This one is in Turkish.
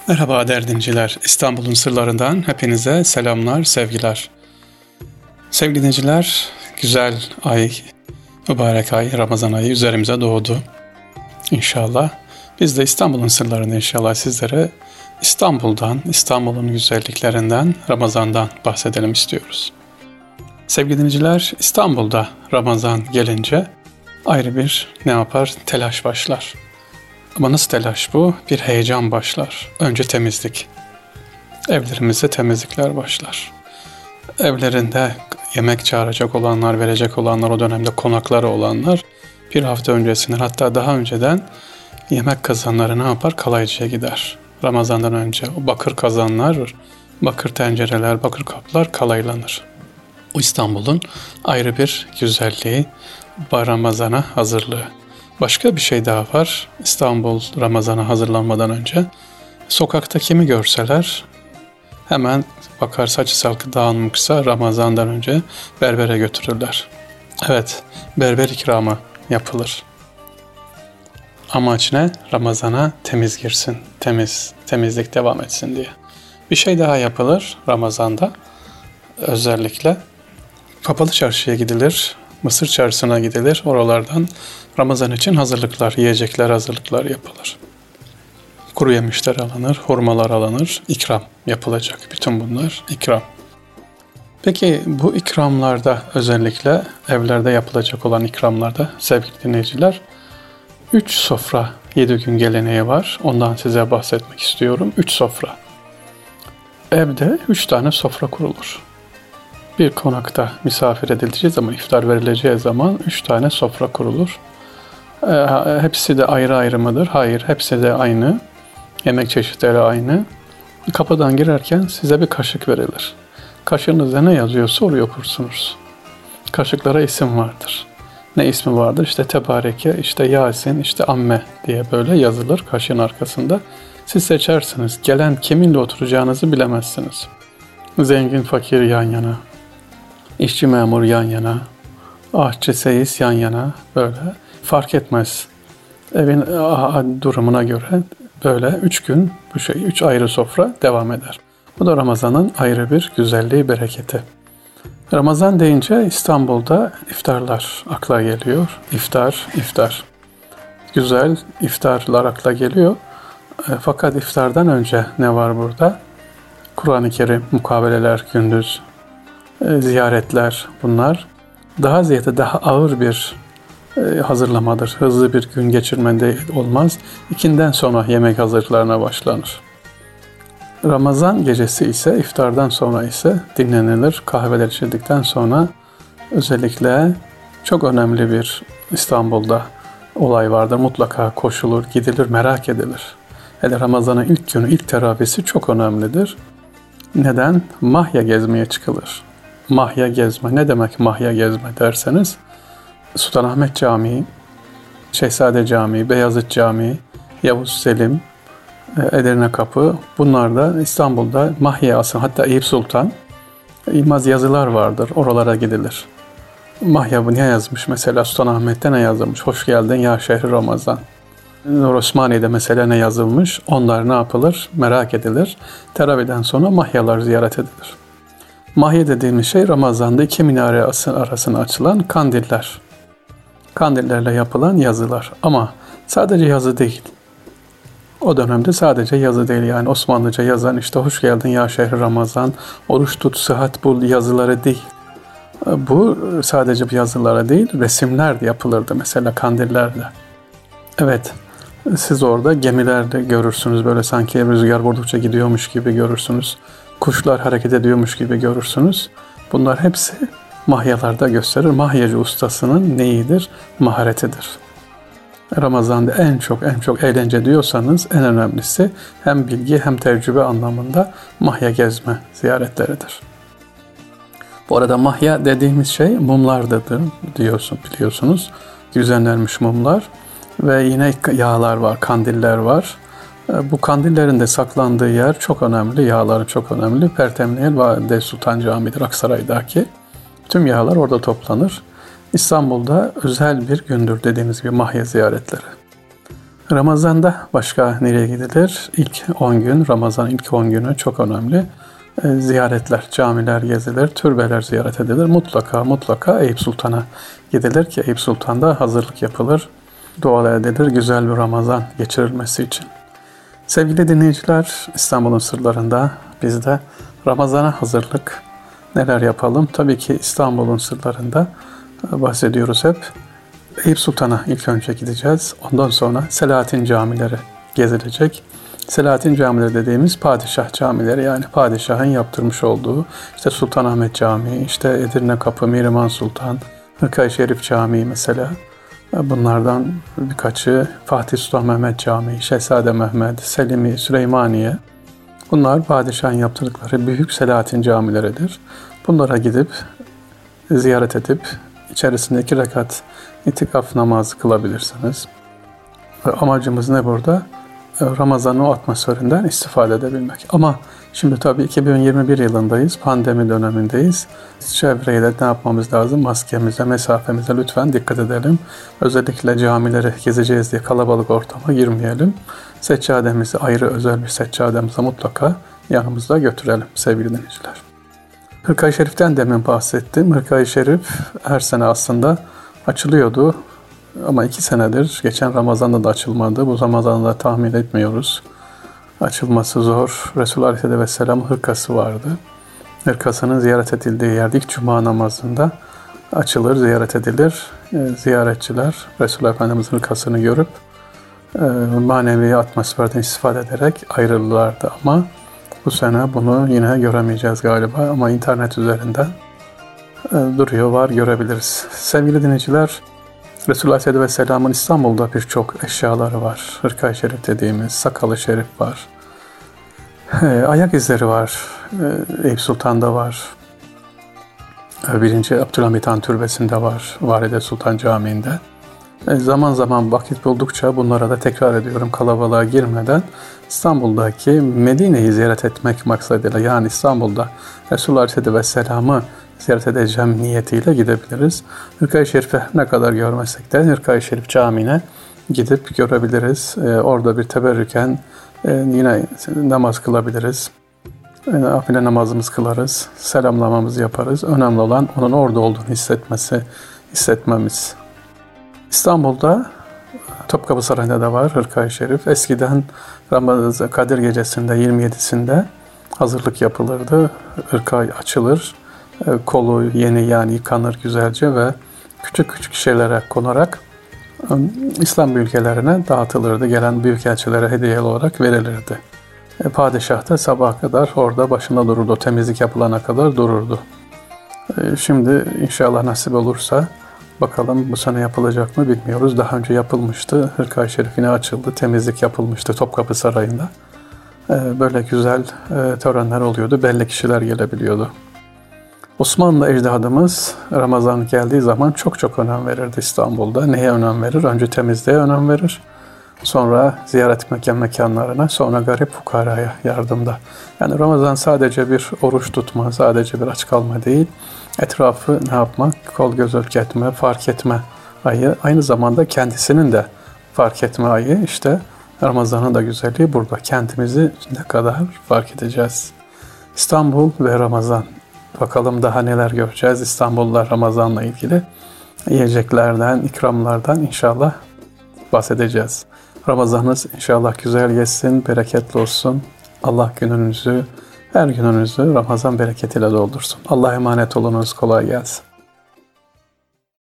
Merhaba değerli dinleyiciler. İstanbul'un sırlarından hepinize selamlar, sevgiler. Sevgili dinleyiciler, güzel ay, mübarek ay, Ramazan ayı üzerimize doğdu. İnşallah biz de İstanbul'un sırlarını inşallah sizlere İstanbul'dan, İstanbul'un güzelliklerinden, Ramazan'dan bahsedelim istiyoruz. Sevgili dinleyiciler, İstanbul'da Ramazan gelince ayrı bir telaş başlar. Ama nasıl telaş bu? Bir heyecan başlar. Önce temizlik. Evlerimizde temizlikler başlar. Evlerinde yemek çağıracak olanlar, verecek olanlar, o dönemde konakları olanlar bir hafta öncesinden, hatta daha önceden yemek kazanları ne yapar? Kalaycıya gider. Ramazan'dan önce o bakır kazanlar, bakır tencereler, bakır kaplar kalaylanır. O İstanbul'un ayrı bir güzelliği, Ramazan'a hazırlığı. Başka bir şey daha var. İstanbul Ramazan'a hazırlanmadan önce sokakta kimi görseler hemen bakar, saçı salkı dağınmışsa Ramazan'dan önce berbere götürürler. Evet, berber ikramı yapılır. Amaç ne? Ramazan'a temiz girsin, temizlik devam etsin diye. Bir şey daha yapılır Ramazan'da. Özellikle Kapalı Çarşı'ya gidilir, Mısır Çarşısı'na gidilir. Oralardan Ramazan için yiyecekler hazırlıklar yapılır. Kuru yemişler alınır, hurmalar alınır, ikram yapılacak. Bütün bunlar ikram. Peki bu ikramlarda, özellikle evlerde yapılacak olan ikramlarda sevgili dinleyiciler, 3 sofra 7 gün geleneği var. Ondan size bahsetmek istiyorum. 3 sofra. Evde 3 tane sofra kurulur. Bir konakta misafir edileceği zaman, iftar verileceği zaman 3 tane sofra kurulur. Hepsi de ayrı ayrı mıdır? Hayır, hepsi de aynı. Yemek çeşitleri aynı. Kapıdan girerken size bir kaşık verilir. Kaşığınızda ne yazıyorsa oraya okursunuz. Kaşıklara isim vardır. Ne ismi vardır? İşte Tebareke, işte Yasin, işte Amme diye böyle yazılır kaşığın arkasında. Siz seçersiniz. Gelen kiminle oturacağınızı bilemezsiniz. Zengin, fakir yan yana. İşçi, memur yan yana. Aşçı, seyis yan yana. Böyle fark etmez. Evin durumuna göre böyle 3 gün 3 ayrı sofra devam eder. Bu da Ramazan'ın ayrı bir güzelliği, bereketi. Ramazan deyince İstanbul'da iftarlar akla geliyor. İftar. Güzel iftarlar akla geliyor. Fakat iftardan önce ne var burada? Kur'an-ı Kerim, mukabeleler gündüz, ziyaretler, bunlar daha ziyade daha ağır bir hazırlamadır. Hızlı bir gün geçirmede olmaz. İkinden sonra yemek hazırlıklarına başlanır. Ramazan gecesi ise, iftardan sonra ise dinlenilir. Kahveler içildikten sonra özellikle çok önemli bir İstanbul'da olay vardır. Mutlaka koşulur, gidilir, merak edilir. Hele Ramazan'ın ilk günü, ilk teravihsi çok önemlidir. Neden? Mahya gezmeye çıkılır. Mahya gezme. Ne demek mahya gezme derseniz, Sultanahmet Camii, Şehzade Camii, Beyazıt Camii, Yavuz Selim, Edirne Kapı, bunlar da İstanbul'da Mahya asıl, hatta Eyüp Sultan, İlmaz yazılar vardır, oralara gidilir. Mahya bu ne yazmış mesela, Sultanahmet'te ne yazılmış? Hoş geldin ya şehri Ramazan. Nur Osmaniye'de mesela ne yazılmış? Onlar ne yapılır? Merak edilir. Teravihden sonra mahyalar ziyaret edilir. Mahya dediğimiz şey Ramazan'da 2 minare arasına açılan kandiller. Kandillerle yapılan yazılar. Ama sadece yazı değil. O dönemde sadece yazı değil, yani Osmanlıca yazan işte hoş geldin ya şehri Ramazan, oruç tut, sıhhat bul yazıları değil. Bu sadece bir yazılara değil, resimler de yapılırdı mesela kandillerle. Evet, siz orada gemilerde görürsünüz, böyle sanki rüzgar vurdukça gidiyormuş gibi görürsünüz. Kuşlar hareket ediyormuş gibi görürsünüz. Bunlar hepsi mahyalarda gösterir. Mahyacı ustasının neyidir? Maharetidir. Ramazan'da en çok eğlence diyorsanız en önemlisi hem bilgi hem tecrübe anlamında mahya gezme ziyaretleridir. Bu arada mahya dediğimiz şey mumlardır biliyorsunuz. Düzenlenmiş mumlar ve yine yağlar var, kandiller var. Bu kandillerin de saklandığı yer çok önemli, yağları çok önemli. Pertemniyel Valide Sultan Camii'dir Aksaray'daki. Tüm yağlar orada toplanır. İstanbul'da özel bir gündür dediğimiz gibi mahya ziyaretleri. Ramazan'da başka nereye gidilir? İlk 10 gün, Ramazan ilk 10 günü çok önemli. Ziyaretler, camiler gezilir, türbeler ziyaret edilir. Mutlaka Eyüp Sultan'a gidilir ki Eyüp Sultan'da hazırlık yapılır, dua edilir güzel bir Ramazan geçirilmesi için. Sevgili dinleyiciler, İstanbul'un sırlarında biz de Ramazan'a hazırlık neler yapalım? Tabii ki İstanbul'un sırlarında bahsediyoruz hep. Eyüp Sultan'a ilk önce gideceğiz. Ondan sonra Selahattin camileri gezilecek. Selahattin camileri dediğimiz padişah camileri, yani padişahın yaptırmış olduğu işte Sultanahmet Camii, işte Edirne Kapı, Mihrimah Sultan, Hırkaya Şerif Camii mesela. Bunlardan birkaçı Fatih Sultan Mehmet Camii, Şehzade Mehmet, Selimi, Süleymaniye. Bunlar padişahın yaptırdıkları büyük Selahattin camileridir. Bunlara gidip ziyaret edip içerisinde 2 rekat itikaf namazı kılabilirsiniz. Amacımız ne burada? Ramazan'ın o atmosferinden istifade edebilmek. Ama şimdi tabii 2021 yılındayız, pandemi dönemindeyiz. Çevreyle ne yapmamız lazım? Maskemize, mesafemize lütfen dikkat edelim. Özellikle camileri gezeceğiz diye kalabalık ortama girmeyelim. Seccademizi, ayrı özel bir seccademizi mutlaka yanımızda götürelim sevgili dinleyiciler. Hırkaya Şerif'ten demin bahsettim. Hırkaya Şerif her sene aslında açılıyordu. Ama 2 senedir, geçen Ramazan'da da açılmadı. Bu Ramazan'da tahmin etmiyoruz. Açılması zor. Resulullah Aleyhisselatü Vesselam hırkası vardı. Hırkasının ziyaret edildiği yerde ilk cuma namazında açılır, ziyaret edilir. Ziyaretçiler Resulullah Efendimiz'in hırkasını görüp manevi atmosferden istifade ederek ayrılırlardı. Ama bu sene bunu yine göremeyeceğiz galiba. Ama internet üzerinden duruyor, var, görebiliriz. Sevgili dinleyiciler, Resulullah Aleyhisselatü Vesselam'ın İstanbul'da birçok eşyaları var. Hırkaya Şerif dediğimiz, Sakalı Şerif var. Ayak izleri var. Eyüp Sultan'da var. 1. Abdülhamit Han Türbesi'nde var. Valide Sultan Camii'nde. Zaman zaman vakit buldukça bunlara da tekrar ediyorum kalabalığa girmeden. İstanbul'daki Medine'yi ziyaret etmek maksadıyla, yani İstanbul'da Resulullah Aleyhisselatü Vesselam'ı ziyaret edeceğim niyetiyle gidebiliriz. Hırkaya Şerif'e ne kadar görmesek de Hırkaya Şerif Camii'ne gidip görebiliriz. Orada bir teberrüken yine namaz kılabiliriz. Nafile namazımızı kılarız. Selamlamamızı yaparız. Önemli olan onun orada olduğunu hissetmemiz. İstanbul'da Topkapı Sarayı'nda da var Hırkaya Şerif. Eskiden Ramazan Kadir Gecesi'nde 27'sinde hazırlık yapılırdı. Hırkaya açılır. Kolu yeni, yani yıkanır güzelce ve küçük küçük şişelere konarak İslam ülkelerine dağıtılırdı. Gelen büyükelçilere hediye olarak verilirdi. Padişah da sabaha kadar orada başında dururdu. Temizlik yapılana kadar dururdu. Şimdi inşallah nasip olursa, bakalım bu sene yapılacak mı bilmiyoruz. Daha önce yapılmıştı. Hırkaya Şerif yine açıldı. Temizlik yapılmıştı Topkapı Sarayı'nda. Böyle güzel törenler oluyordu. Belli kişiler gelebiliyordu. Osmanlı ecdadımız Ramazan geldiği zaman çok önem verirdi İstanbul'da. Neye önem verir? Önce temizliğe önem verir. Sonra ziyaret mekanlarına, sonra garip fukaraya yardımda. Yani Ramazan sadece bir oruç tutma, sadece bir aç kalma değil. Etrafı ne yapmak? Kol göz ürketme, fark etme ayı. Aynı zamanda kendisinin de fark etme ayı. İşte Ramazan'ın da güzelliği burada. Kendimizi ne kadar fark edeceğiz. İstanbul ve Ramazan. Bakalım daha neler göreceğiz İstanbul'da Ramazan'la ilgili. Yiyeceklerden, ikramlardan inşallah bahsedeceğiz. Ramazanınız inşallah güzel geçsin, bereketli olsun. Allah gününüzü, her gününüzü Ramazan bereketiyle doldursun. Allah'a emanet olunuz, kolay gelsin.